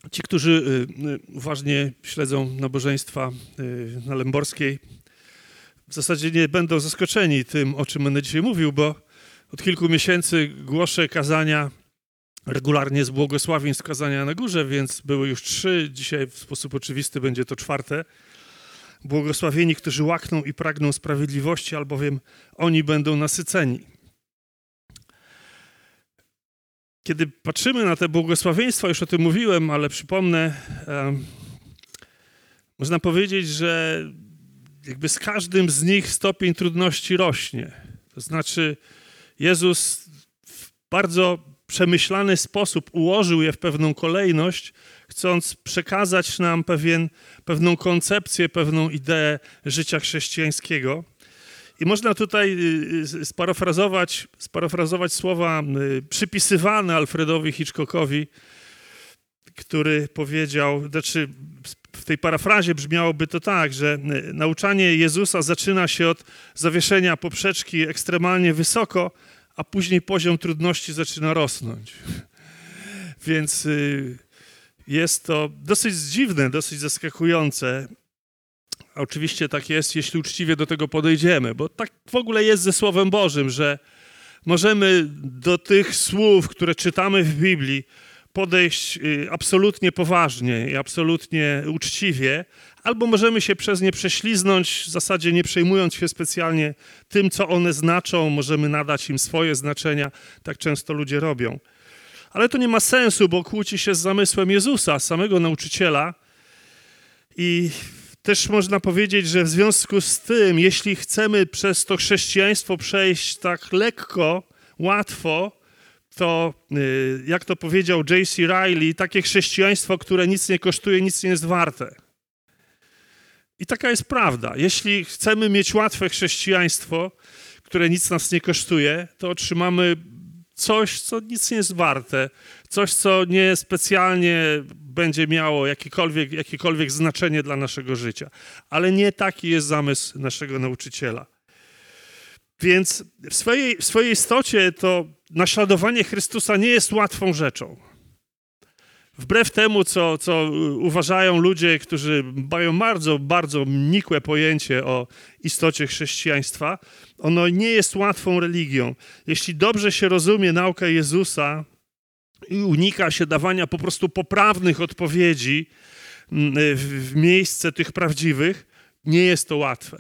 Ci, którzy uważnie śledzą nabożeństwa na Lęborskiej, w zasadzie nie będą zaskoczeni tym, o czym będę dzisiaj mówił, bo od kilku miesięcy głoszę kazania regularnie z błogosławieństw kazania na górze, więc były już 3. Dzisiaj w sposób oczywisty będzie to 4. Błogosławieni, którzy łakną i pragną sprawiedliwości, albowiem oni będą nasyceni. Kiedy patrzymy na te błogosławieństwa, już o tym mówiłem, ale przypomnę, można powiedzieć, że jakby z każdym z nich stopień trudności rośnie. To znaczy Jezus w bardzo przemyślany sposób ułożył je w pewną kolejność, chcąc przekazać nam pewną koncepcję, pewną ideę życia chrześcijańskiego. I można tutaj sparafrazować słowa przypisywane Alfredowi Hitchcockowi, który powiedział, znaczy w tej parafrazie brzmiałoby to tak, że nauczanie Jezusa zaczyna się od zawieszenia poprzeczki ekstremalnie wysoko, a później poziom trudności zaczyna rosnąć. Więc jest to dosyć dziwne, dosyć zaskakujące. A oczywiście tak jest, jeśli uczciwie do tego podejdziemy, bo tak w ogóle jest ze Słowem Bożym, że możemy do tych słów, które czytamy w Biblii, podejść absolutnie poważnie i absolutnie uczciwie, albo możemy się przez nie prześliznąć, w zasadzie nie przejmując się specjalnie tym, co one znaczą, możemy nadać im swoje znaczenia, tak często ludzie robią. Ale to nie ma sensu, bo kłóci się z zamysłem Jezusa, samego nauczyciela. I też można powiedzieć, że w związku z tym, jeśli chcemy przez to chrześcijaństwo przejść tak lekko, łatwo, to, jak to powiedział J.C. Ryle, takie chrześcijaństwo, które nic nie kosztuje, nic nie jest warte. I taka jest prawda. Jeśli chcemy mieć łatwe chrześcijaństwo, które nic nas nie kosztuje, to otrzymamy coś, co nic nie jest warte, coś, co nie specjalnie będzie miało jakiekolwiek znaczenie dla naszego życia. Ale nie taki jest zamysł naszego nauczyciela. Więc w swojej istocie to naśladowanie Chrystusa nie jest łatwą rzeczą. Wbrew temu, co uważają ludzie, którzy mają bardzo, bardzo nikłe pojęcie o istocie chrześcijaństwa, ono nie jest łatwą religią. Jeśli dobrze się rozumie naukę Jezusa i unika się dawania po prostu poprawnych odpowiedzi w miejsce tych prawdziwych, nie jest to łatwe.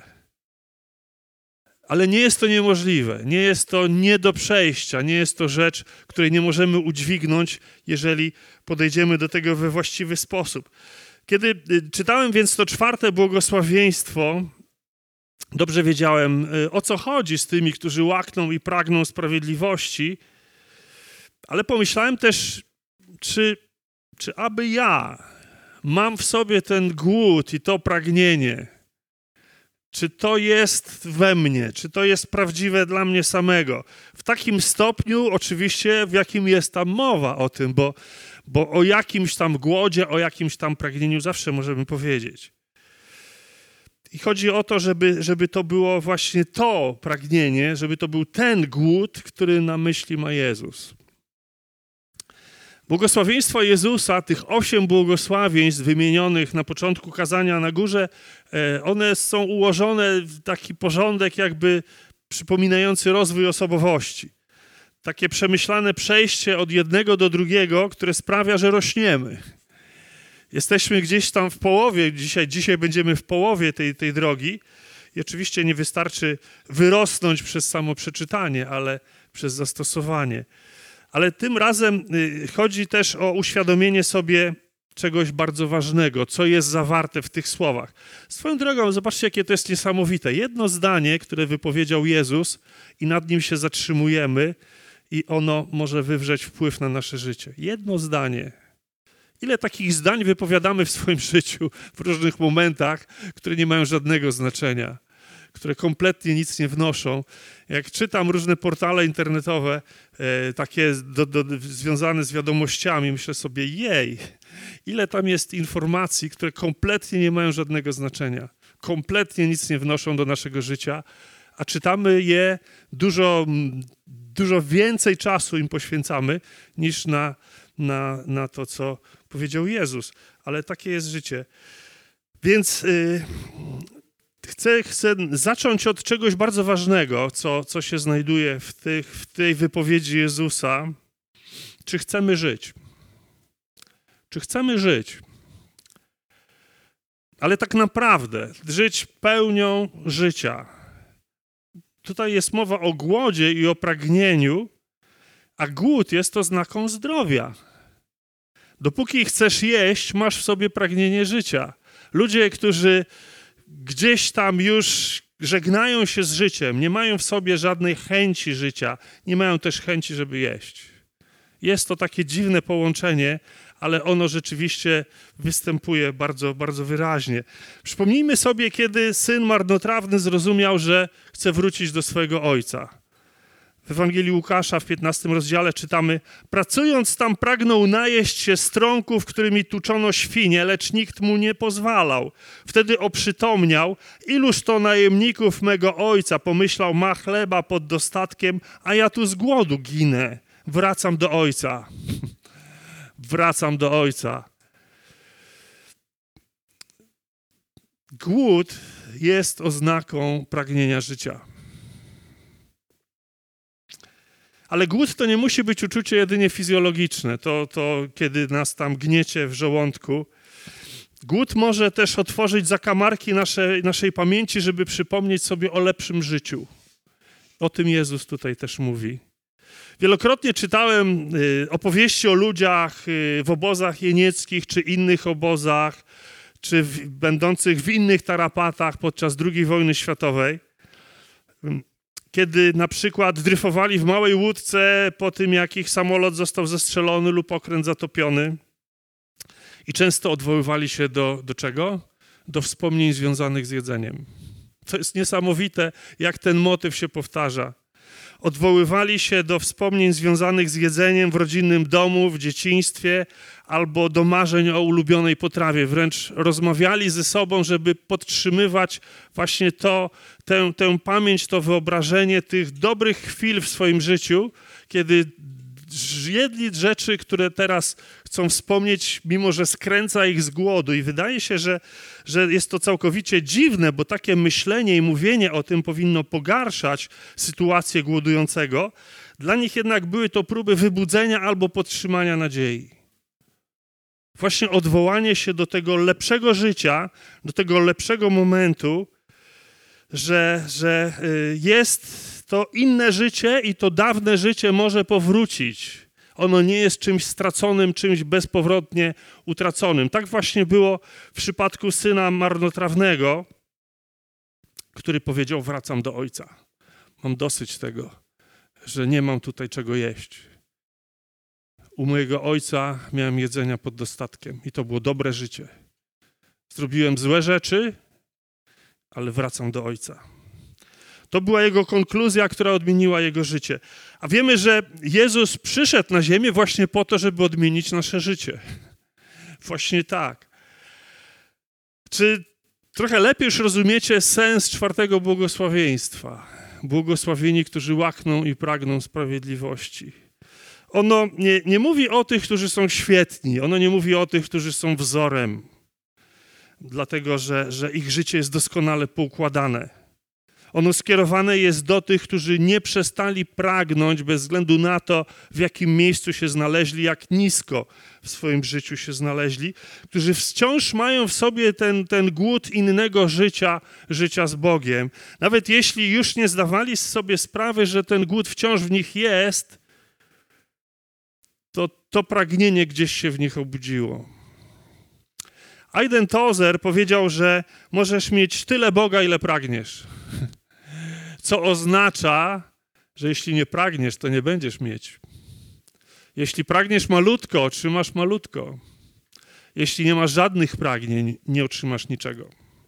Ale nie jest to niemożliwe, nie jest to nie do przejścia, nie jest to rzecz, której nie możemy udźwignąć, jeżeli podejdziemy do tego we właściwy sposób. Kiedy czytałem więc to 4. błogosławieństwo, dobrze wiedziałem, o co chodzi z tymi, którzy łakną i pragną sprawiedliwości, ale pomyślałem też, czy aby ja mam w sobie ten głód i to pragnienie, czy to jest we mnie, czy to jest prawdziwe dla mnie samego. W takim stopniu oczywiście, w jakim jest tam mowa o tym, bo o jakimś tam głodzie, o jakimś tam pragnieniu zawsze możemy powiedzieć. I chodzi o to, żeby to było właśnie to pragnienie, żeby to był ten głód, który na myśli ma Jezus. Błogosławieństwo Jezusa, tych 8 błogosławieństw wymienionych na początku kazania na górze, one są ułożone w taki porządek jakby przypominający rozwój osobowości. Takie przemyślane przejście od jednego do drugiego, które sprawia, że rośniemy. Jesteśmy gdzieś tam w połowie, dzisiaj będziemy w połowie tej drogi i oczywiście nie wystarczy wyrosnąć przez samo przeczytanie, ale przez zastosowanie. Ale tym razem chodzi też o uświadomienie sobie czegoś bardzo ważnego, co jest zawarte w tych słowach. Swoją drogą, zobaczcie, jakie to jest niesamowite. Jedno zdanie, które wypowiedział Jezus i nad nim się zatrzymujemy i ono może wywrzeć wpływ na nasze życie. Jedno zdanie. Ile takich zdań wypowiadamy w swoim życiu w różnych momentach, które nie mają żadnego znaczenia, które kompletnie nic nie wnoszą. Jak czytam różne portale internetowe, takie związane z wiadomościami, myślę sobie, ile tam jest informacji, które kompletnie nie mają żadnego znaczenia, kompletnie nic nie wnoszą do naszego życia, a czytamy je, dużo więcej czasu im poświęcamy niż na na to, co powiedział Jezus. Ale takie jest życie. Więc chcę zacząć od czegoś bardzo ważnego, co się znajduje w tej wypowiedzi Jezusa. Czy chcemy żyć? Czy chcemy żyć? Ale tak naprawdę żyć pełnią życia. Tutaj jest mowa o głodzie i o pragnieniu, a głód jest oznaką zdrowia. Dopóki chcesz jeść, masz w sobie pragnienie życia. Ludzie, którzy gdzieś tam już żegnają się z życiem, nie mają w sobie żadnej chęci życia, nie mają też chęci, żeby jeść. Jest to takie dziwne połączenie, ale ono rzeczywiście występuje bardzo, bardzo wyraźnie. Przypomnijmy sobie, kiedy syn marnotrawny zrozumiał, że chce wrócić do swojego ojca. W Ewangelii Łukasza w 15 rozdziale czytamy: pracując tam pragnął najeść się strąków, którymi tuczono świnie, lecz nikt mu nie pozwalał. Wtedy oprzytomniał: iluż to najemników mego ojca, pomyślał, ma chleba pod dostatkiem, a ja tu z głodu ginę. Wracam do ojca. Wracam do ojca. Głód jest oznaką pragnienia życia. Ale głód to nie musi być uczucie jedynie fizjologiczne. To kiedy nas tam gniecie w żołądku. Głód może też otworzyć zakamarki naszej pamięci, żeby przypomnieć sobie o lepszym życiu. O tym Jezus tutaj też mówi. Wielokrotnie czytałem opowieści o ludziach w obozach jenieckich czy innych obozach, czy będących w innych tarapatach podczas II wojny światowej, kiedy na przykład dryfowali w małej łódce po tym, jak ich samolot został zestrzelony lub okręt zatopiony i często odwoływali się do czego? Do wspomnień związanych z jedzeniem. To jest niesamowite, jak ten motyw się powtarza. Odwoływali się do wspomnień związanych z jedzeniem w rodzinnym domu, w dzieciństwie albo do marzeń o ulubionej potrawie. Wręcz rozmawiali ze sobą, żeby podtrzymywać właśnie tę pamięć, to wyobrażenie tych dobrych chwil w swoim życiu, kiedy jedli rzeczy, które teraz chcą wspomnieć, mimo że skręca ich z głodu. I wydaje się, że jest to całkowicie dziwne, bo takie myślenie i mówienie o tym powinno pogarszać sytuację głodującego. Dla nich jednak były to próby wybudzenia albo podtrzymania nadziei. Właśnie odwołanie się do tego lepszego życia, do tego lepszego momentu, że jest to inne życie i to dawne życie może powrócić. Ono nie jest czymś straconym, czymś bezpowrotnie utraconym. Tak właśnie było w przypadku syna marnotrawnego, który powiedział: wracam do ojca. Mam dosyć tego, że nie mam tutaj czego jeść. U mojego ojca miałem jedzenia pod dostatkiem i to było dobre życie. Zrobiłem złe rzeczy, ale wracam do ojca. To była jego konkluzja, która odmieniła jego życie. A wiemy, że Jezus przyszedł na ziemię właśnie po to, żeby odmienić nasze życie. Właśnie tak. Czy trochę lepiej już rozumiecie sens 4. błogosławieństwa? Błogosławieni, którzy łakną i pragną sprawiedliwości. Ono nie mówi o tych, którzy są świetni. Ono nie mówi o tych, którzy są wzorem. Dlatego, że ich życie jest doskonale poukładane. Ono skierowane jest do tych, którzy nie przestali pragnąć bez względu na to, w jakim miejscu się znaleźli, jak nisko w swoim życiu się znaleźli, którzy wciąż mają w sobie ten głód innego życia z Bogiem. Nawet jeśli już nie zdawali sobie sprawy, że ten głód wciąż w nich jest, to pragnienie gdzieś się w nich obudziło. Aiden Tozer powiedział, że możesz mieć tyle Boga, ile pragniesz. Co oznacza, że jeśli nie pragniesz, to nie będziesz mieć. Jeśli pragniesz malutko, otrzymasz malutko. Jeśli nie masz żadnych pragnień, nie otrzymasz niczego.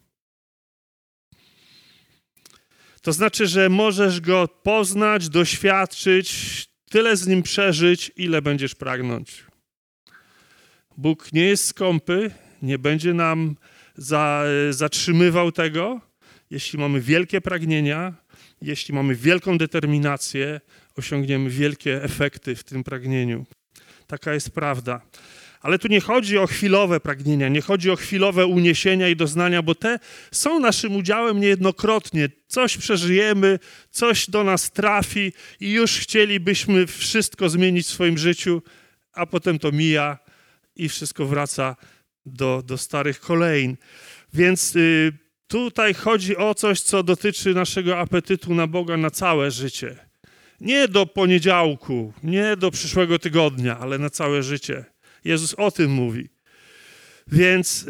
To znaczy, że możesz Go poznać, doświadczyć, tyle z Nim przeżyć, ile będziesz pragnąć. Bóg nie jest skąpy, nie będzie nam zatrzymywał tego. Jeśli mamy wielkie pragnienia, jeśli mamy wielką determinację, osiągniemy wielkie efekty w tym pragnieniu. Taka jest prawda. Ale tu nie chodzi o chwilowe pragnienia, nie chodzi o chwilowe uniesienia i doznania, bo te są naszym udziałem niejednokrotnie. Coś przeżyjemy, coś do nas trafi i już chcielibyśmy wszystko zmienić w swoim życiu, a potem to mija i wszystko wraca do starych kolejn. Więc tutaj chodzi o coś, co dotyczy naszego apetytu na Boga na całe życie. Nie do poniedziałku, nie do przyszłego tygodnia, ale na całe życie. Jezus o tym mówi. Więc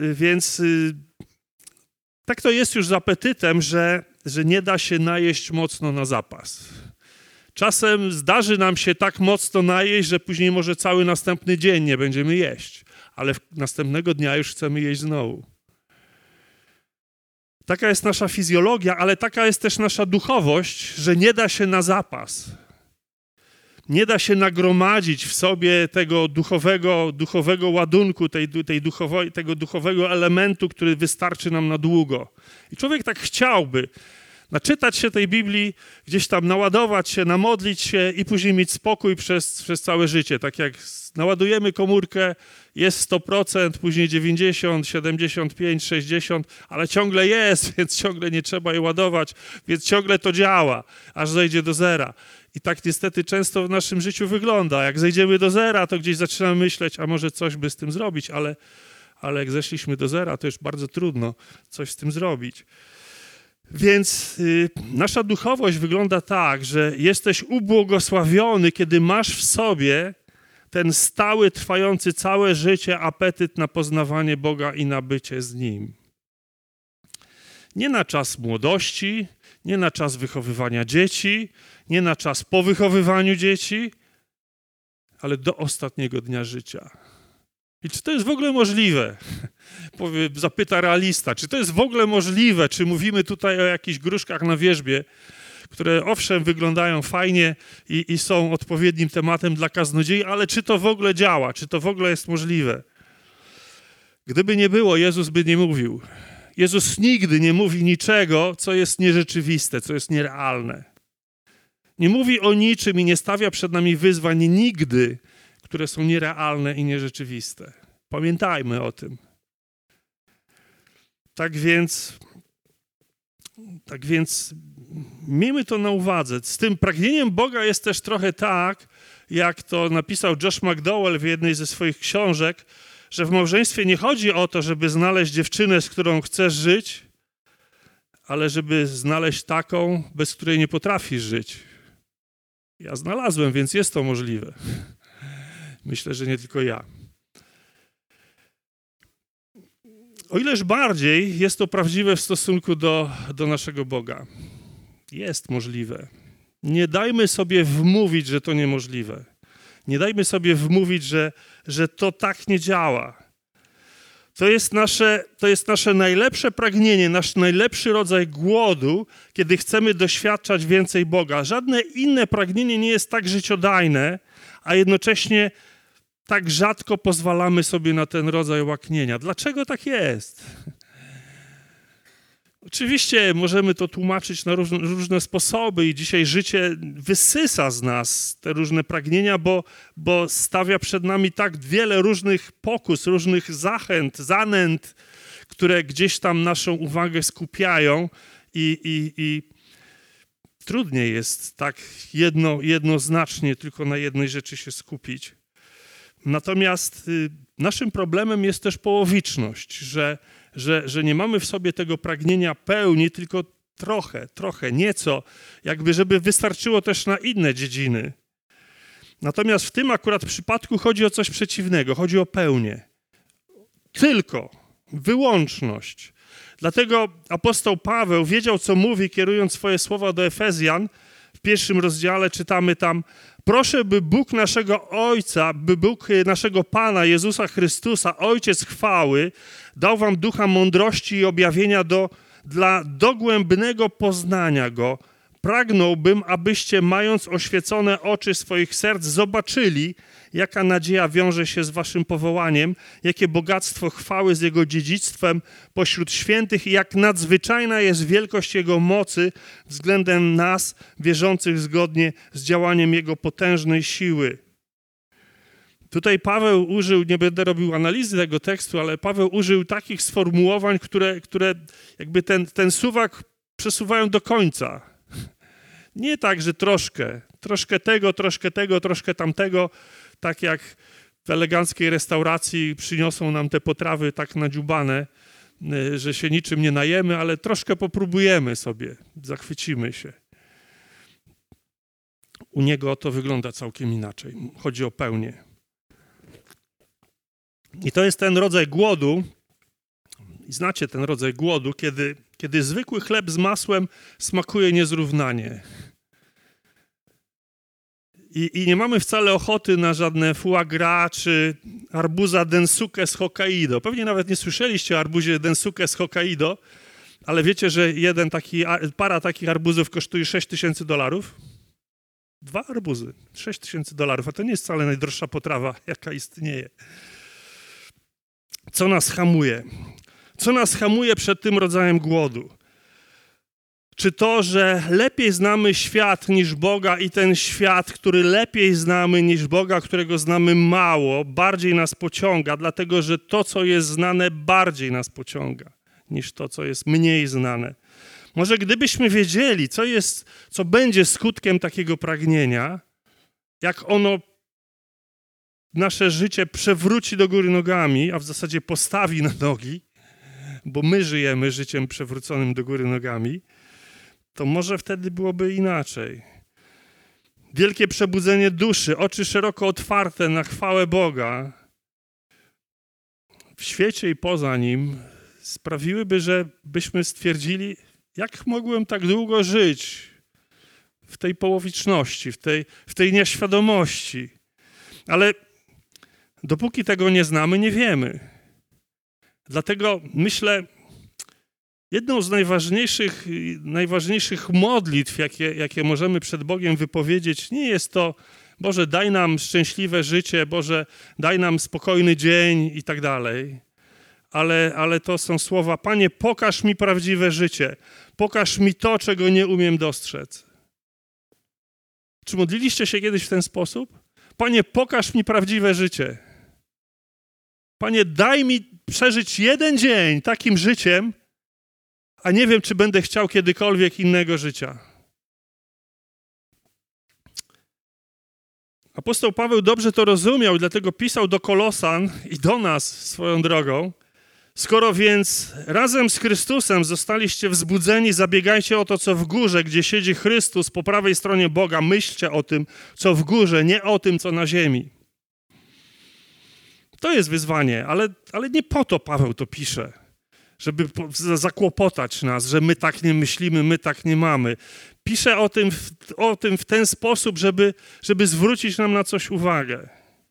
tak to jest już z apetytem, że nie da się najeść mocno na zapas. Czasem zdarzy nam się tak mocno najeść, że później może cały następny dzień nie będziemy jeść, ale następnego dnia już chcemy jeść znowu. Taka jest nasza fizjologia, ale taka jest też nasza duchowość, że nie da się na zapas. Nie da się nagromadzić w sobie tego duchowego ładunku, tego duchowego elementu, który wystarczy nam na długo. I człowiek tak chciałby naczytać się tej Biblii, gdzieś tam naładować się, namodlić się i później mieć spokój przez całe życie. Tak jak naładujemy komórkę, jest 100%, później 90, 75, 60, ale ciągle jest, więc ciągle nie trzeba jej ładować, więc ciągle to działa, aż zejdzie do zera. I tak niestety często w naszym życiu wygląda. Jak zejdziemy do zera, to gdzieś zaczynamy myśleć, a może coś by z tym zrobić, ale jak zeszliśmy do zera, to już bardzo trudno coś z tym zrobić. Więc nasza duchowość wygląda tak, że jesteś ubłogosławiony, kiedy masz w sobie ten stały, trwający całe życie apetyt na poznawanie Boga i na bycie z Nim. Nie na czas młodości, nie na czas wychowywania dzieci, nie na czas po wychowywaniu dzieci, ale do ostatniego dnia życia. I czy to jest w ogóle możliwe? Zapyta realista, czy to jest w ogóle możliwe? Czy mówimy tutaj o jakichś gruszkach na wierzbie, które owszem wyglądają fajnie i są odpowiednim tematem dla kaznodziei, ale czy to w ogóle działa? Czy to w ogóle jest możliwe? Gdyby nie było, Jezus by nie mówił. Jezus nigdy nie mówi niczego, co jest nierzeczywiste, co jest nierealne. Nie mówi o niczym i nie stawia przed nami wyzwań nigdy, które są nierealne i nierzeczywiste. Pamiętajmy o tym. Tak więc miejmy to na uwadze. Z tym pragnieniem Boga jest też trochę tak, jak to napisał Josh McDowell w jednej ze swoich książek, że w małżeństwie nie chodzi o to, żeby znaleźć dziewczynę, z którą chcesz żyć, ale żeby znaleźć taką, bez której nie potrafisz żyć. Ja znalazłem, więc jest to możliwe. Myślę, że nie tylko ja. O ileż bardziej jest to prawdziwe w stosunku do naszego Boga. Jest możliwe. Nie dajmy sobie wmówić, że to niemożliwe. Nie dajmy sobie wmówić, że to tak nie działa. To jest nasze najlepsze pragnienie, nasz najlepszy rodzaj głodu, kiedy chcemy doświadczać więcej Boga. Żadne inne pragnienie nie jest tak życiodajne, a jednocześnie tak rzadko pozwalamy sobie na ten rodzaj łaknienia. Dlaczego tak jest? Oczywiście możemy to tłumaczyć na różne sposoby i dzisiaj życie wysysa z nas te różne pragnienia, bo stawia przed nami tak wiele różnych pokus, różnych zachęt, zanęt, które gdzieś tam naszą uwagę skupiają i trudniej jest tak jednoznacznie tylko na jednej rzeczy się skupić. Natomiast naszym problemem jest też połowiczność, że nie mamy w sobie tego pragnienia pełni, tylko trochę, nieco, jakby żeby wystarczyło też na inne dziedziny. Natomiast w tym akurat przypadku chodzi o coś przeciwnego, chodzi o pełnię. Tylko, wyłączność. Dlatego apostoł Paweł wiedział, co mówi, kierując swoje słowa do Efezjan. W 1 rozdziale czytamy tam: proszę, by Bóg naszego Ojca, by Bóg naszego Pana Jezusa Chrystusa, Ojciec chwały, dał wam ducha mądrości i objawienia dla dogłębnego poznania Go. Pragnąłbym, abyście, mając oświecone oczy swoich serc, zobaczyli, jaka nadzieja wiąże się z waszym powołaniem, jakie bogactwo chwały z Jego dziedzictwem pośród świętych i jak nadzwyczajna jest wielkość Jego mocy względem nas, wierzących zgodnie z działaniem Jego potężnej siły. Tutaj Paweł użył, nie będę robił analizy tego tekstu, ale Paweł użył takich sformułowań, które jakby ten suwak przesuwają do końca. Nie tak, że troszkę tego, troszkę tamtego, tak jak w eleganckiej restauracji przyniosą nam te potrawy tak nadziubane, że się niczym nie najemy, ale troszkę popróbujemy sobie, zachwycimy się. U niego to wygląda całkiem inaczej. Chodzi o pełnię. I to jest ten rodzaj głodu, znacie ten rodzaj głodu, kiedy zwykły chleb z masłem smakuje niezrównanie. I nie mamy wcale ochoty na żadne foie gras czy arbuza densuke z Hokkaido. Pewnie nawet nie słyszeliście o arbuzie densuke z Hokkaido, ale wiecie, że para takich arbuzów kosztuje $6,000? 2 arbuzy, $6,000, a to nie jest wcale najdroższa potrawa, jaka istnieje. Co nas hamuje? Co nas hamuje przed tym rodzajem głodu? Czy to, że lepiej znamy świat niż Boga i ten świat, który lepiej znamy niż Boga, którego znamy mało, bardziej nas pociąga, dlatego że to, co jest znane, bardziej nas pociąga niż to, co jest mniej znane. Może gdybyśmy wiedzieli, co będzie skutkiem takiego pragnienia, jak ono nasze życie przewróci do góry nogami, a w zasadzie postawi na nogi, bo my żyjemy życiem przewróconym do góry nogami, to może wtedy byłoby inaczej. Wielkie przebudzenie duszy, oczy szeroko otwarte na chwałę Boga w świecie i poza nim sprawiłyby, że byśmy stwierdzili, jak mogłem tak długo żyć w tej połowiczności, w tej nieświadomości. Ale dopóki tego nie znamy, nie wiemy. Dlatego myślę, jedną z najważniejszych modlitw, jakie możemy przed Bogiem wypowiedzieć, nie jest to: Boże, daj nam szczęśliwe życie, Boże, daj nam spokojny dzień i tak dalej. Ale to są słowa: Panie, pokaż mi prawdziwe życie. Pokaż mi to, czego nie umiem dostrzec. Czy modliliście się kiedyś w ten sposób? Panie, pokaż mi prawdziwe życie. Panie, daj mi przeżyć jeden dzień takim życiem, a nie wiem, czy będę chciał kiedykolwiek innego życia. Apostoł Paweł dobrze to rozumiał i dlatego pisał do Kolosan i do nas swoją drogą: skoro więc razem z Chrystusem zostaliście wzbudzeni, zabiegajcie o to, co w górze, gdzie siedzi Chrystus po prawej stronie Boga. Myślcie o tym, co w górze, nie o tym, co na ziemi. To jest wyzwanie, ale nie po to Paweł to pisze, żeby zakłopotać nas, że my tak nie myślimy, my tak nie mamy. Pisze o tym w ten sposób, żeby zwrócić nam na coś uwagę.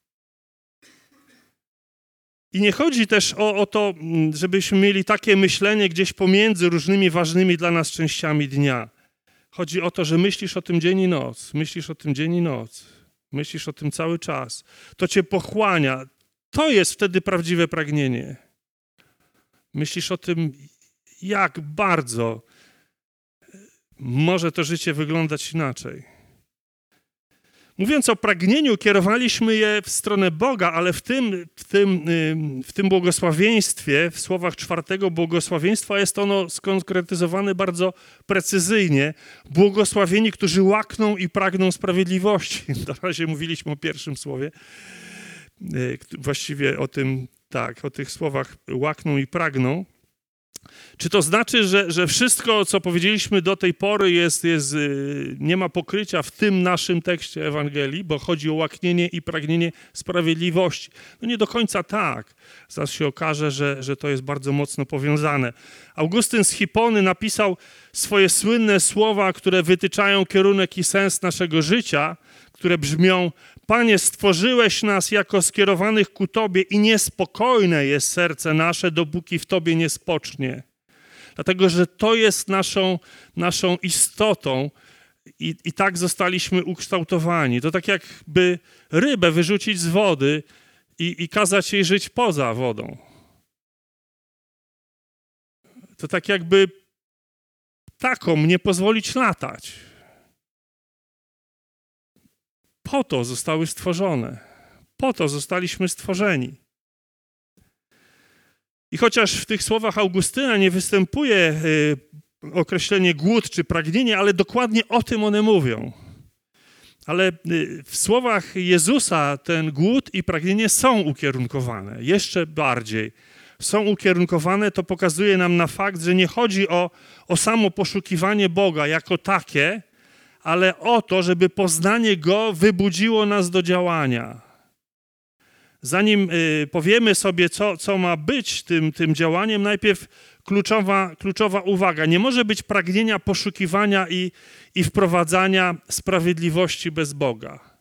I nie chodzi też o to, żebyśmy mieli takie myślenie gdzieś pomiędzy różnymi ważnymi dla nas częściami dnia. Chodzi o to, że myślisz o tym dzień i noc, myślisz o tym dzień i noc, myślisz o tym cały czas. To cię pochłania. To jest wtedy prawdziwe pragnienie. Myślisz o tym, jak bardzo może to życie wyglądać inaczej. Mówiąc o pragnieniu, kierowaliśmy je w stronę Boga, ale w tym błogosławieństwie, w słowach 4 błogosławieństwa jest ono skonkretyzowane bardzo precyzyjnie. Błogosławieni, którzy łakną i pragną sprawiedliwości. Na razie mówiliśmy o pierwszym słowie. Właściwie o tych słowach łakną i pragną. Czy to znaczy, że wszystko, co powiedzieliśmy do tej pory, nie ma pokrycia w tym naszym tekście Ewangelii, bo chodzi o łaknienie i pragnienie sprawiedliwości? No nie do końca tak. Zaraz się okaże, że to jest bardzo mocno powiązane. Augustyn z Hipony napisał swoje słynne słowa, które wytyczają kierunek i sens naszego życia, które brzmią: Panie, stworzyłeś nas jako skierowanych ku Tobie i niespokojne jest serce nasze, dopóki w Tobie nie spocznie. Dlatego, że to jest naszą istotą i tak zostaliśmy ukształtowani. To tak jakby rybę wyrzucić z wody i kazać jej żyć poza wodą. To tak jakby ptakom nie pozwolić latać. Po to zostały stworzone. Po to zostaliśmy stworzeni. I chociaż w tych słowach Augustyna nie występuje określenie głód czy pragnienie, ale dokładnie o tym one mówią. Ale w słowach Jezusa ten głód i pragnienie są ukierunkowane, jeszcze bardziej. Są ukierunkowane, to pokazuje nam na fakt, że nie chodzi o samo poszukiwanie Boga jako takie, ale o to, żeby poznanie Go wybudziło nas do działania. Zanim powiemy sobie, co ma być tym działaniem, najpierw kluczowa uwaga. Nie może być pragnienia poszukiwania i wprowadzania sprawiedliwości bez Boga.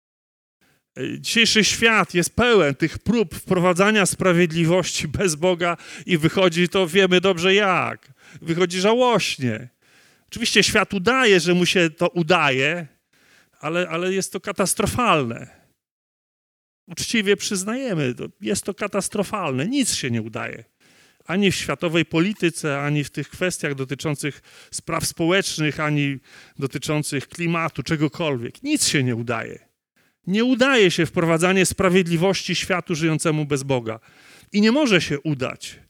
Dzisiejszy świat jest pełen tych prób wprowadzania sprawiedliwości bez Boga i wychodzi to, wiemy dobrze jak. Wychodzi żałośnie. Oczywiście świat udaje, że mu się to udaje, ale jest to katastrofalne. Uczciwie przyznajemy, jest to katastrofalne. Nic się nie udaje. Ani w światowej polityce, ani w tych kwestiach dotyczących spraw społecznych, ani dotyczących klimatu, czegokolwiek. Nic się nie udaje. Nie udaje się wprowadzanie sprawiedliwości światu żyjącemu bez Boga. I nie może się udać.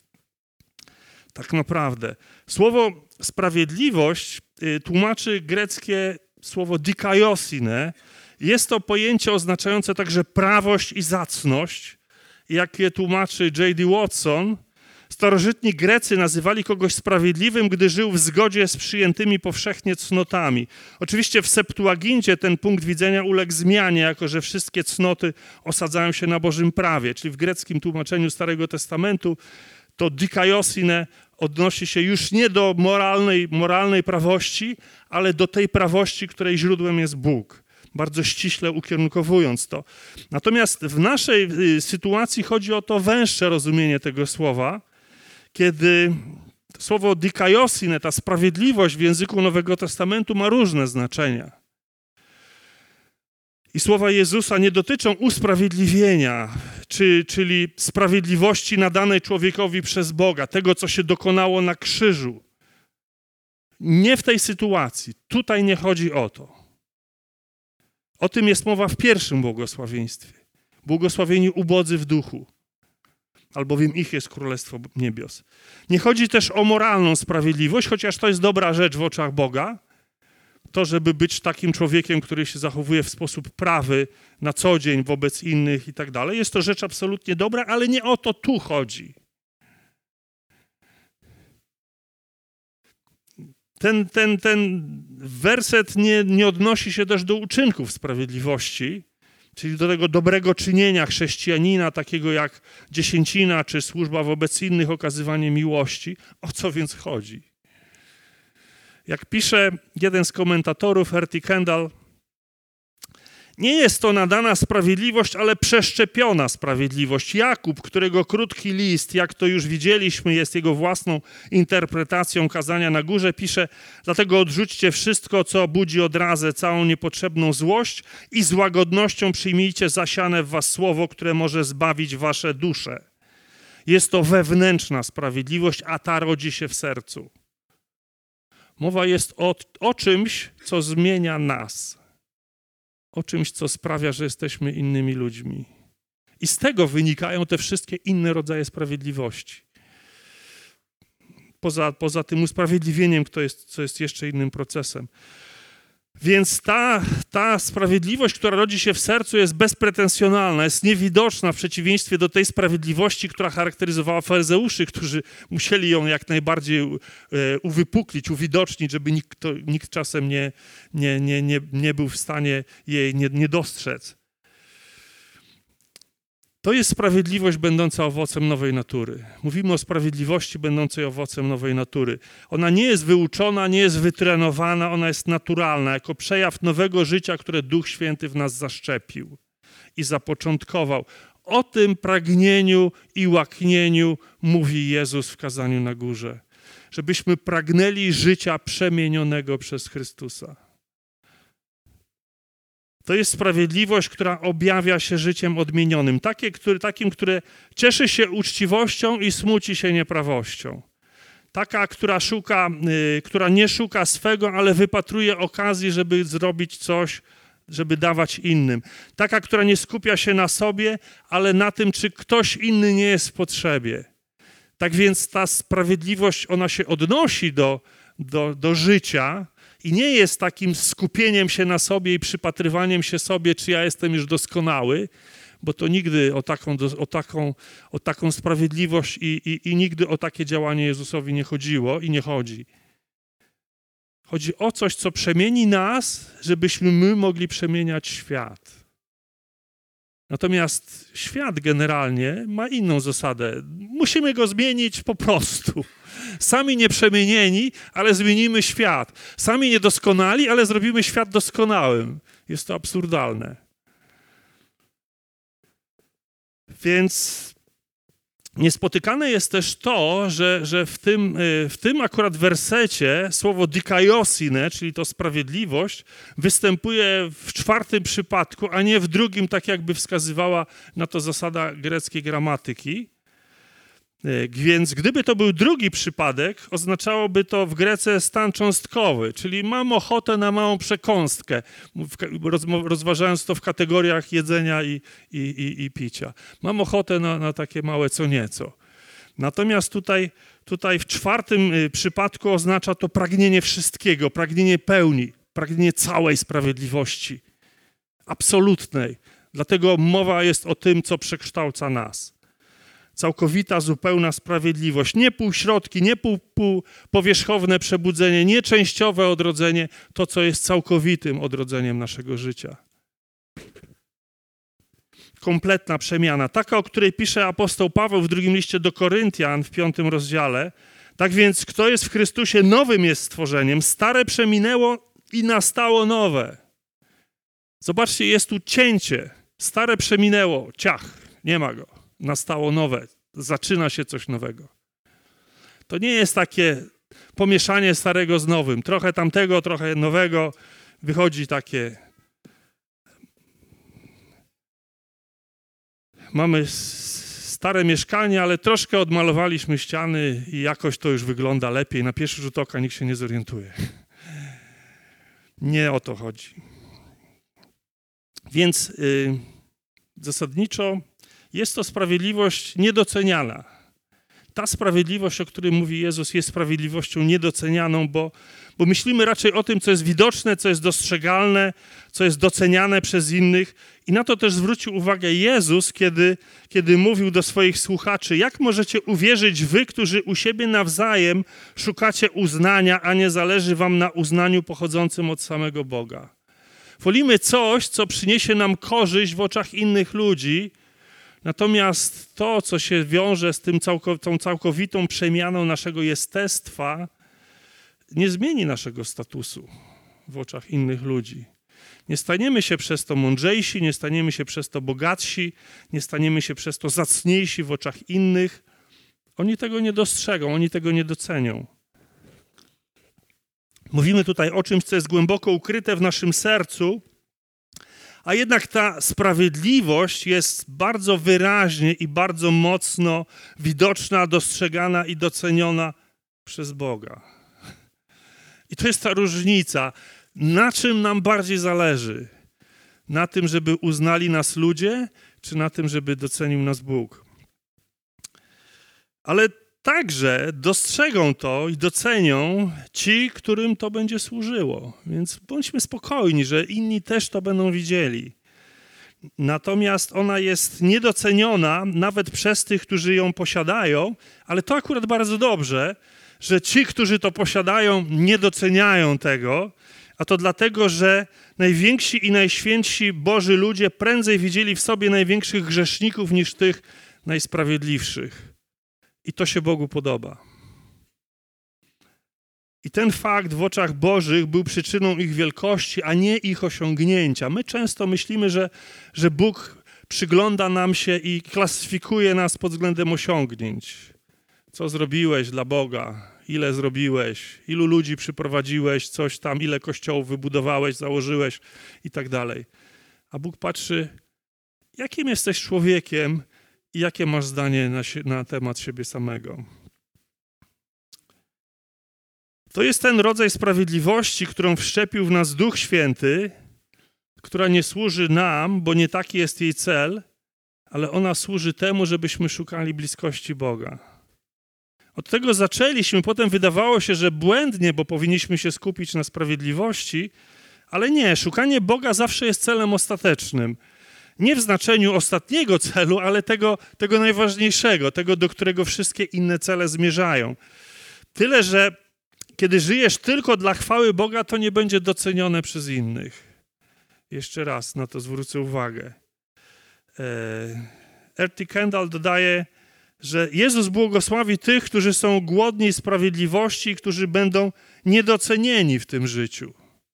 Tak naprawdę. Słowo sprawiedliwość tłumaczy greckie słowo dikaiosine. Jest to pojęcie oznaczające także prawość i zacność. Jak je tłumaczy J.D. Watson, starożytni Grecy nazywali kogoś sprawiedliwym, gdy żył w zgodzie z przyjętymi powszechnie cnotami. Oczywiście w Septuagincie ten punkt widzenia uległ zmianie, jako że wszystkie cnoty osadzają się na Bożym prawie. Czyli w greckim tłumaczeniu Starego Testamentu to dikaiosine odnosi się już nie do moralnej prawości, ale do tej prawości, której źródłem jest Bóg. Bardzo ściśle ukierunkowując to. Natomiast w naszej sytuacji chodzi o to węższe rozumienie tego słowa, kiedy słowo dikaiosine, ta sprawiedliwość w języku Nowego Testamentu ma różne znaczenia. I słowa Jezusa nie dotyczą usprawiedliwienia, czyli sprawiedliwości nadanej człowiekowi przez Boga, tego, co się dokonało na krzyżu. Nie w tej sytuacji. Tutaj nie chodzi o to. O tym jest mowa w pierwszym błogosławieństwie. Błogosławieni ubodzy w duchu, albowiem ich jest Królestwo Niebios. Nie chodzi też o moralną sprawiedliwość, chociaż to jest dobra rzecz w oczach Boga. To, żeby być takim człowiekiem, który się zachowuje w sposób prawy na co dzień wobec innych i tak dalej. Jest to rzecz absolutnie dobra, ale nie o to tu chodzi. Ten werset nie odnosi się też do uczynków sprawiedliwości, czyli do tego dobrego czynienia chrześcijanina, takiego jak dziesięcina czy służba wobec innych, okazywanie miłości. O co więc chodzi? Jak pisze jeden z komentatorów, R.T. Kendall, nie jest to nadana sprawiedliwość, ale przeszczepiona sprawiedliwość. Jakub, którego krótki list, jak to już widzieliśmy, jest jego własną interpretacją kazania na górze, pisze: dlatego odrzućcie wszystko, co budzi odrazę, całą niepotrzebną złość i z łagodnością przyjmijcie zasiane w was słowo, które może zbawić wasze dusze. Jest to wewnętrzna sprawiedliwość, a ta rodzi się w sercu. Mowa jest o czymś, co zmienia nas. O czymś, co sprawia, że jesteśmy innymi ludźmi. I z tego wynikają te wszystkie inne rodzaje sprawiedliwości. Poza tym usprawiedliwieniem, co jest jeszcze innym procesem. Więc ta sprawiedliwość, która rodzi się w sercu, jest bezpretensjonalna, jest niewidoczna w przeciwieństwie do tej sprawiedliwości, która charakteryzowała faryzeuszy, którzy musieli ją jak najbardziej uwypuklić, uwidocznić, żeby nikt czasem nie był w stanie jej nie dostrzec. To jest sprawiedliwość będąca owocem nowej natury. Mówimy o sprawiedliwości będącej owocem nowej natury. Ona nie jest wyuczona, nie jest wytrenowana, ona jest naturalna, jako przejaw nowego życia, które Duch Święty w nas zaszczepił i zapoczątkował. O tym pragnieniu i łaknieniu mówi Jezus w kazaniu na górze. Żebyśmy pragnęli życia przemienionego przez Chrystusa. To jest sprawiedliwość, która objawia się życiem odmienionym. Takim, które cieszy się uczciwością i smuci się nieprawością. Taka, która nie szuka swego, ale wypatruje okazji, żeby zrobić coś żeby dawać innym. Taka, która nie skupia się na sobie, ale na tym, czy ktoś inny nie jest w potrzebie. Tak więc ta sprawiedliwość, ona się odnosi do życia i nie jest takim skupieniem się na sobie i przypatrywaniem się sobie, czy ja jestem już doskonały, bo to nigdy o taką sprawiedliwość i nigdy o takie działanie Jezusowi nie chodziło i nie chodzi. Chodzi o coś, co przemieni nas, żebyśmy my mogli przemieniać świat. Natomiast świat generalnie ma inną zasadę. Musimy go zmienić po prostu. Sami nieprzemienieni, ale zmienimy świat. Sami niedoskonali, ale zrobimy świat doskonałym. Jest to absurdalne. Więc niespotykane jest też to, że w tym akurat wersecie słowo dikaiosine, czyli to sprawiedliwość, występuje w 4. przypadku, a nie w 2, tak jakby wskazywała na to zasada greckiej gramatyki. Więc gdyby to był 2 przypadek, oznaczałoby to w Grece stan cząstkowy, czyli mam ochotę na małą przekąskę, rozważając to w kategoriach jedzenia i picia. Mam ochotę na takie małe co nieco. Natomiast tutaj w 4 przypadku oznacza to pragnienie wszystkiego, pragnienie pełni, pragnienie całej sprawiedliwości, absolutnej. Dlatego mowa jest o tym, co przekształca nas. Całkowita, zupełna sprawiedliwość. Nie półśrodki, nie powierzchowne przebudzenie, nie częściowe odrodzenie, to, co jest całkowitym odrodzeniem naszego życia. Kompletna przemiana. Taka, o której pisze apostoł Paweł w 2 liście do Koryntian w 5 rozdziale. Tak więc, kto jest w Chrystusie, nowym jest stworzeniem. Stare przeminęło i nastało nowe. Zobaczcie, jest tu cięcie. Stare przeminęło, ciach, nie ma go. Nastało nowe, zaczyna się coś nowego. To nie jest takie pomieszanie starego z nowym. Trochę tamtego, trochę nowego. Wychodzi takie... Mamy stare mieszkanie, ale troszkę odmalowaliśmy ściany i jakoś to już wygląda lepiej. Na pierwszy rzut oka nikt się nie zorientuje. Nie o to chodzi. Więc zasadniczo jest to sprawiedliwość niedoceniana. Ta sprawiedliwość, o której mówi Jezus, jest sprawiedliwością niedocenianą, bo myślimy raczej o tym, co jest widoczne, co jest dostrzegalne, co jest doceniane przez innych. I na to też zwrócił uwagę Jezus, kiedy mówił do swoich słuchaczy, jak możecie uwierzyć wy, którzy u siebie nawzajem szukacie uznania, a nie zależy wam na uznaniu pochodzącym od samego Boga. Wolimy coś, co przyniesie nam korzyść w oczach innych ludzi, natomiast to, co się wiąże z tą całkowitą przemianą naszego jestestwa, nie zmieni naszego statusu w oczach innych ludzi. Nie staniemy się przez to mądrzejsi, nie staniemy się przez to bogatsi, nie staniemy się przez to zacniejsi w oczach innych. Oni tego nie dostrzegą, oni tego nie docenią. Mówimy tutaj o czymś, co jest głęboko ukryte w naszym sercu, a jednak ta sprawiedliwość jest bardzo wyraźnie i bardzo mocno widoczna, dostrzegana i doceniona przez Boga. I to jest ta różnica. Na czym nam bardziej zależy? Na tym, żeby uznali nas ludzie, czy na tym, żeby docenił nas Bóg? Ale także dostrzegą to i docenią ci, którym to będzie służyło. Więc bądźmy spokojni, że inni też to będą widzieli. Natomiast ona jest niedoceniona nawet przez tych, którzy ją posiadają, ale to akurat bardzo dobrze, że ci, którzy to posiadają, nie doceniają tego, a to dlatego, że najwięksi i najświętsi Boży ludzie prędzej widzieli w sobie największych grzeszników niż tych najsprawiedliwszych. I to się Bogu podoba. I ten fakt w oczach Bożych był przyczyną ich wielkości, a nie ich osiągnięcia. My często myślimy, że Bóg przygląda nam się i klasyfikuje nas pod względem osiągnięć. Co zrobiłeś dla Boga? Ile zrobiłeś? Ilu ludzi przyprowadziłeś? Coś tam? Ile kościołów wybudowałeś, założyłeś? I tak dalej. A Bóg patrzy, jakim jesteś człowiekiem i jakie masz zdanie na temat siebie samego. To jest ten rodzaj sprawiedliwości, którą wszczepił w nas Duch Święty, która nie służy nam, bo nie taki jest jej cel, ale ona służy temu, żebyśmy szukali bliskości Boga. Od tego zaczęliśmy, potem wydawało się, że błędnie, bo powinniśmy się skupić na sprawiedliwości, ale nie, szukanie Boga zawsze jest celem ostatecznym. Nie w znaczeniu ostatniego celu, ale tego najważniejszego, tego, do którego wszystkie inne cele zmierzają. Tyle, że kiedy żyjesz tylko dla chwały Boga, to nie będzie docenione przez innych. Jeszcze raz na to zwrócę uwagę. R.T. Kendall dodaje, że Jezus błogosławi tych, którzy są głodni sprawiedliwości i którzy będą niedocenieni w tym życiu.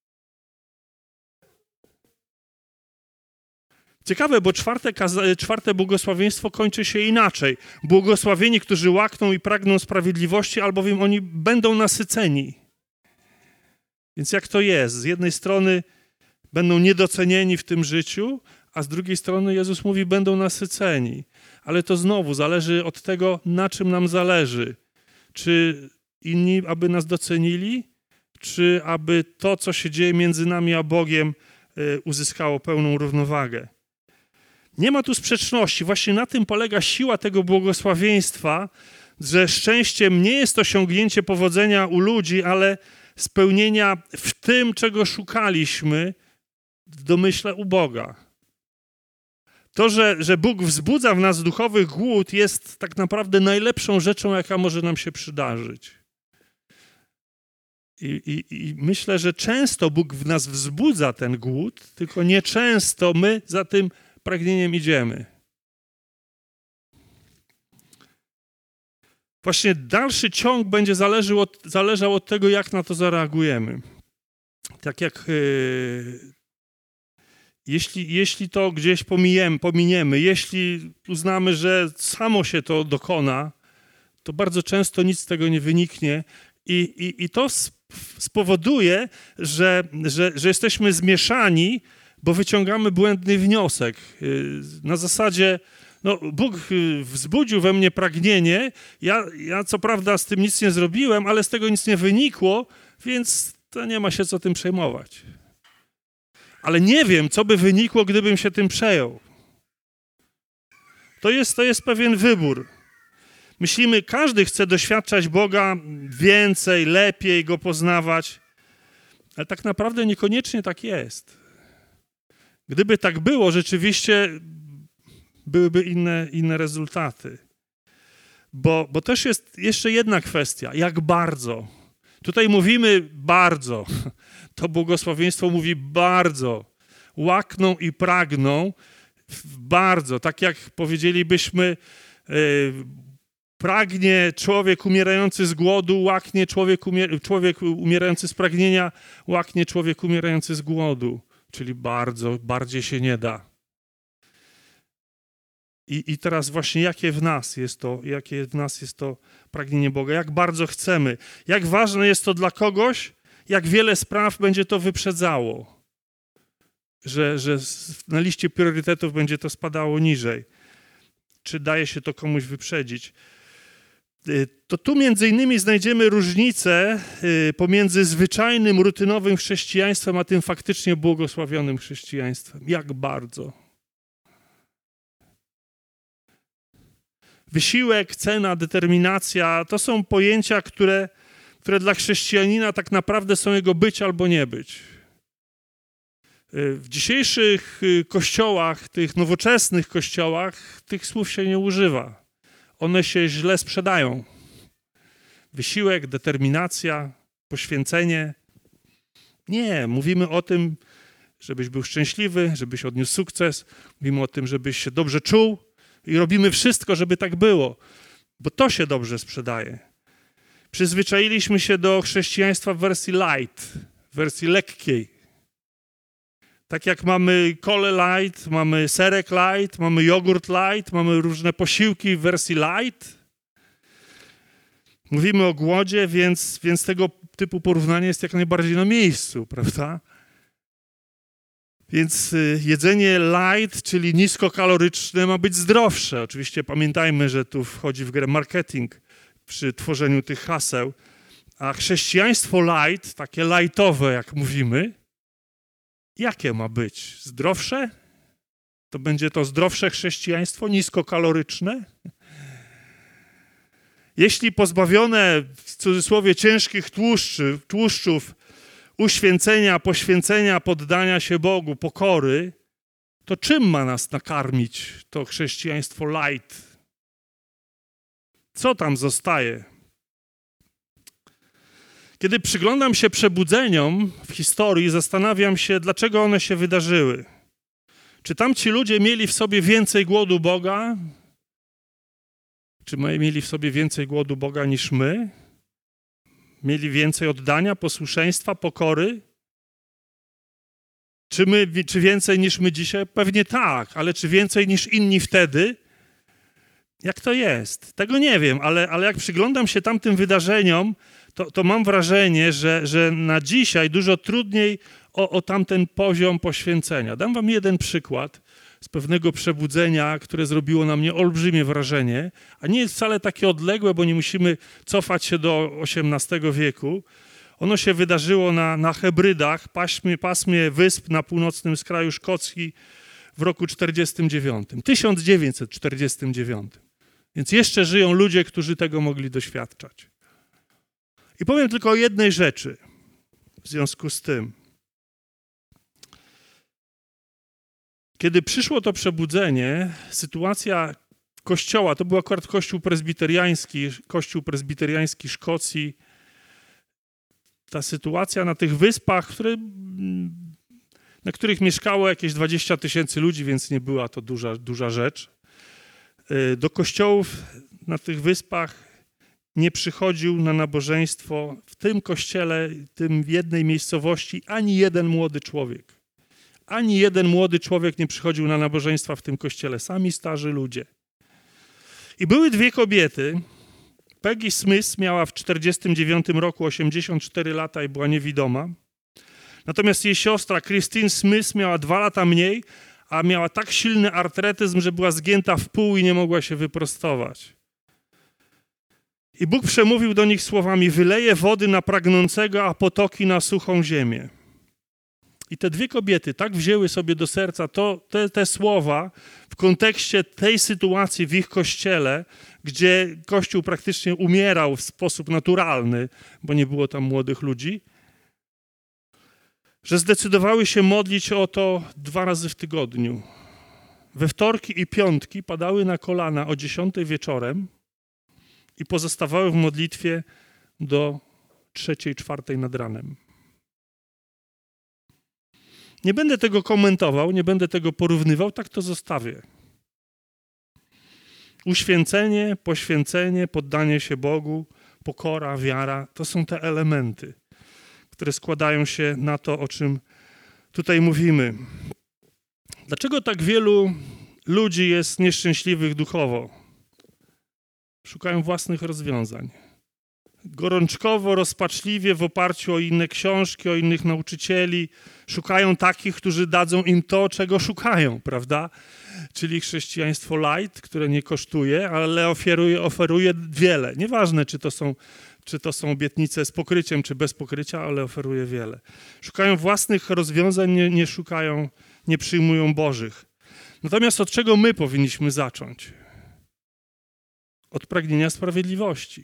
Ciekawe, bo czwarte błogosławieństwo kończy się inaczej. Błogosławieni, którzy łakną i pragną sprawiedliwości, albowiem oni będą nasyceni. Więc jak to jest? Z jednej strony będą niedocenieni w tym życiu, a z drugiej strony Jezus mówi, będą nasyceni. Ale to znowu zależy od tego, na czym nam zależy. Czy inni, aby nas docenili, czy aby to, co się dzieje między nami a Bogiem, uzyskało pełną równowagę. Nie ma tu sprzeczności. Właśnie na tym polega siła tego błogosławieństwa, że szczęściem nie jest osiągnięcie powodzenia u ludzi, ale spełnienia w tym, czego szukaliśmy w domyśle u Boga. To, że Bóg wzbudza w nas duchowy głód, jest tak naprawdę najlepszą rzeczą, jaka może nam się przydarzyć. I myślę, że często Bóg w nas wzbudza ten głód, tylko nieczęsto my za tym pragnieniem idziemy. Właśnie dalszy ciąg będzie zależał od tego, jak na to zareagujemy. Tak jak jeśli to gdzieś pominiemy, jeśli uznamy, że samo się to dokona, to bardzo często nic z tego nie wyniknie i to spowoduje, że jesteśmy zmieszani, bo wyciągamy błędny wniosek. Na zasadzie, Bóg wzbudził we mnie pragnienie, ja co prawda z tym nic nie zrobiłem, ale z tego nic nie wynikło, więc to nie ma się co tym przejmować. Ale nie wiem, co by wynikło, gdybym się tym przejął. To jest pewien wybór. Myślimy, każdy chce doświadczać Boga więcej, lepiej Go poznawać, ale tak naprawdę niekoniecznie tak jest. Gdyby tak było, rzeczywiście byłyby inne rezultaty. Bo też jest jeszcze jedna kwestia. Jak bardzo? Tutaj mówimy bardzo. To błogosławieństwo mówi bardzo. Łakną i pragną bardzo. Tak jak powiedzielibyśmy, pragnie człowiek umierający z głodu, łaknie człowiek umierający z pragnienia, łaknie człowiek umierający z głodu. Czyli bardzo, bardziej się nie da. I teraz właśnie jakie w nas jest to pragnienie Boga, jak bardzo chcemy, jak ważne jest to dla kogoś, jak wiele spraw będzie to wyprzedzało, że na liście priorytetów będzie to spadało niżej. Czy daje się to komuś wyprzedzić? To tu między innymi znajdziemy różnicę pomiędzy zwyczajnym, rutynowym chrześcijaństwem, a tym faktycznie błogosławionym chrześcijaństwem. Jak bardzo? Wysiłek, cena, determinacja to są pojęcia, które dla chrześcijanina tak naprawdę są jego być albo nie być. W dzisiejszych kościołach, tych nowoczesnych kościołach, tych słów się nie używa. One się źle sprzedają. Wysiłek, determinacja, poświęcenie. Nie, mówimy o tym, żebyś był szczęśliwy, żebyś odniósł sukces. Mówimy o tym, żebyś się dobrze czuł i robimy wszystko, żeby tak było, bo to się dobrze sprzedaje. Przyzwyczailiśmy się do chrześcijaństwa w wersji light, w wersji lekkiej. Tak jak mamy kolę light, mamy serek light, mamy jogurt light, mamy różne posiłki w wersji light. Mówimy o głodzie, więc tego typu porównanie jest jak najbardziej na miejscu, prawda? Więc jedzenie light, czyli niskokaloryczne, ma być zdrowsze. Oczywiście pamiętajmy, że tu wchodzi w grę marketing przy tworzeniu tych haseł. A chrześcijaństwo light, takie lightowe, jak mówimy, Jakie ma być? Zdrowsze? To będzie to zdrowsze chrześcijaństwo, niskokaloryczne? Jeśli pozbawione, w cudzysłowie, ciężkich tłuszczów, uświęcenia, poświęcenia, poddania się Bogu, pokory, to czym ma nas nakarmić to chrześcijaństwo light? Co tam zostaje? Kiedy przyglądam się przebudzeniom w historii, zastanawiam się, dlaczego one się wydarzyły. Czy tamci ludzie mieli w sobie więcej głodu Boga? Czy my mieli w sobie więcej głodu Boga niż my? Mieli więcej oddania, posłuszeństwa, pokory? Czy więcej niż my dzisiaj? Pewnie tak, ale czy więcej niż inni wtedy? Jak to jest? Tego nie wiem, ale jak przyglądam się tamtym wydarzeniom, to mam wrażenie, że na dzisiaj dużo trudniej o tamten poziom poświęcenia. Dam wam jeden przykład z pewnego przebudzenia, które zrobiło na mnie olbrzymie wrażenie, a nie jest wcale takie odległe, bo nie musimy cofać się do XVIII wieku. Ono się wydarzyło na Hebrydach, pasmie wysp na północnym skraju Szkocji w roku 1949. Więc jeszcze żyją ludzie, którzy tego mogli doświadczać. I powiem tylko o jednej rzeczy w związku z tym. Kiedy przyszło to przebudzenie, sytuacja kościoła, to był akurat kościół prezbiteriański Szkocji, ta sytuacja na tych wyspach, na których mieszkało jakieś 20 000 ludzi, więc nie była to duża rzecz. Do kościołów na tych wyspach nie przychodził na nabożeństwo w tym kościele, tym w jednej miejscowości ani jeden młody człowiek. Ani jeden młody człowiek nie przychodził na nabożeństwa w tym kościele, sami starzy ludzie. I były dwie kobiety. Peggy Smith miała w 1949 roku 84 lata i była niewidoma. Natomiast jej siostra Christine Smith miała 2 lata mniej, a miała tak silny artretyzm, że była zgięta w pół i nie mogła się wyprostować. I Bóg przemówił do nich słowami: wyleje wody na pragnącego, a potoki na suchą ziemię. I te dwie kobiety tak wzięły sobie do serca te słowa w kontekście tej sytuacji w ich kościele, gdzie Kościół praktycznie umierał w sposób naturalny, bo nie było tam młodych ludzi, że zdecydowały się modlić o to 2 razy w tygodniu. We wtorki i piątki padały na kolana o 10 wieczorem i pozostawały w modlitwie do 3, 4 nad ranem. Nie będę tego komentował, nie będę tego porównywał, tak to zostawię. Uświęcenie, poświęcenie, poddanie się Bogu, pokora, wiara, to są te elementy, które składają się na to, o czym tutaj mówimy. Dlaczego tak wielu ludzi jest nieszczęśliwych duchowo? Szukają własnych rozwiązań. Gorączkowo, rozpaczliwie w oparciu o inne książki, o innych nauczycieli. Szukają takich, którzy dadzą im to, czego szukają, prawda? Czyli chrześcijaństwo light, które nie kosztuje, ale oferuje wiele. Nieważne, czy to są obietnice z pokryciem, czy bez pokrycia, ale oferuje wiele. Szukają własnych rozwiązań, nie przyjmują Bożych. Natomiast od czego my powinniśmy zacząć? Od pragnienia sprawiedliwości.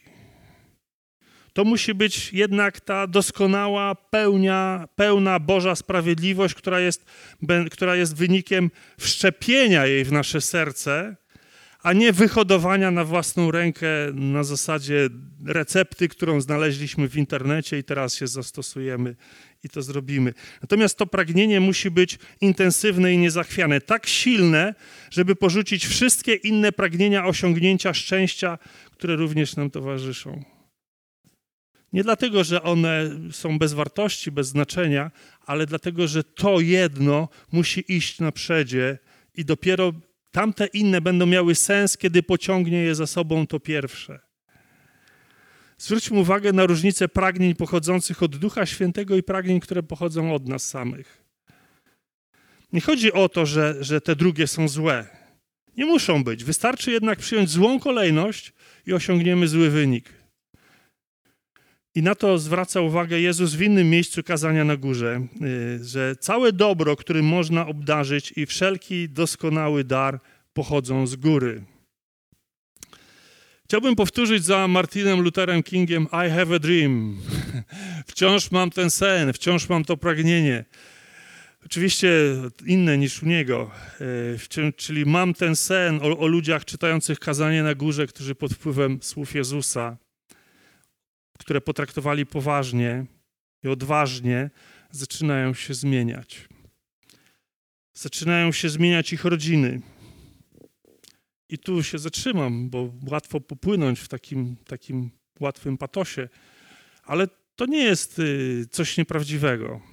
To musi być jednak ta doskonała, pełna Boża sprawiedliwość, która jest wynikiem wszczepienia jej w nasze serce, a nie wyhodowania na własną rękę na zasadzie recepty, którą znaleźliśmy w internecie i teraz się zastosujemy i to zrobimy. Natomiast to pragnienie musi być intensywne i niezachwiane, tak silne, żeby porzucić wszystkie inne pragnienia osiągnięcia szczęścia, które również nam towarzyszą. Nie dlatego, że one są bez wartości, bez znaczenia, ale dlatego, że to jedno musi iść na przedzie i dopiero tamte inne będą miały sens, kiedy pociągnie je za sobą to pierwsze. Zwróćmy uwagę na różnicę pragnień pochodzących od Ducha Świętego i pragnień, które pochodzą od nas samych. Nie chodzi o to, że te drugie są złe. Nie muszą być. Wystarczy jednak przyjąć złą kolejność i osiągniemy zły wynik. I na to zwraca uwagę Jezus w innym miejscu kazania na górze, że całe dobro, którym można obdarzyć i wszelki doskonały dar pochodzą z góry. Chciałbym powtórzyć za Martinem Lutherem Kingiem I have a dream. Wciąż mam ten sen, wciąż mam to pragnienie. Oczywiście inne niż u niego, czyli mam ten sen o ludziach czytających kazanie na górze, którzy pod wpływem słów Jezusa, które potraktowali poważnie i odważnie, zaczynają się zmieniać. Zaczynają się zmieniać ich rodziny. I tu się zatrzymam, bo łatwo popłynąć w takim łatwym patosie, ale to nie jest coś nieprawdziwego.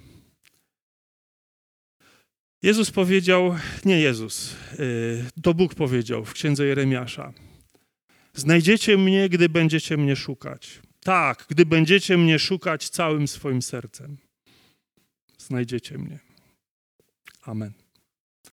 Jezus powiedział, nie Jezus, to Bóg powiedział w księdze Jeremiasza: znajdziecie mnie, gdy będziecie mnie szukać. Tak, gdy będziecie mnie szukać całym swoim sercem. Znajdziecie mnie. Amen.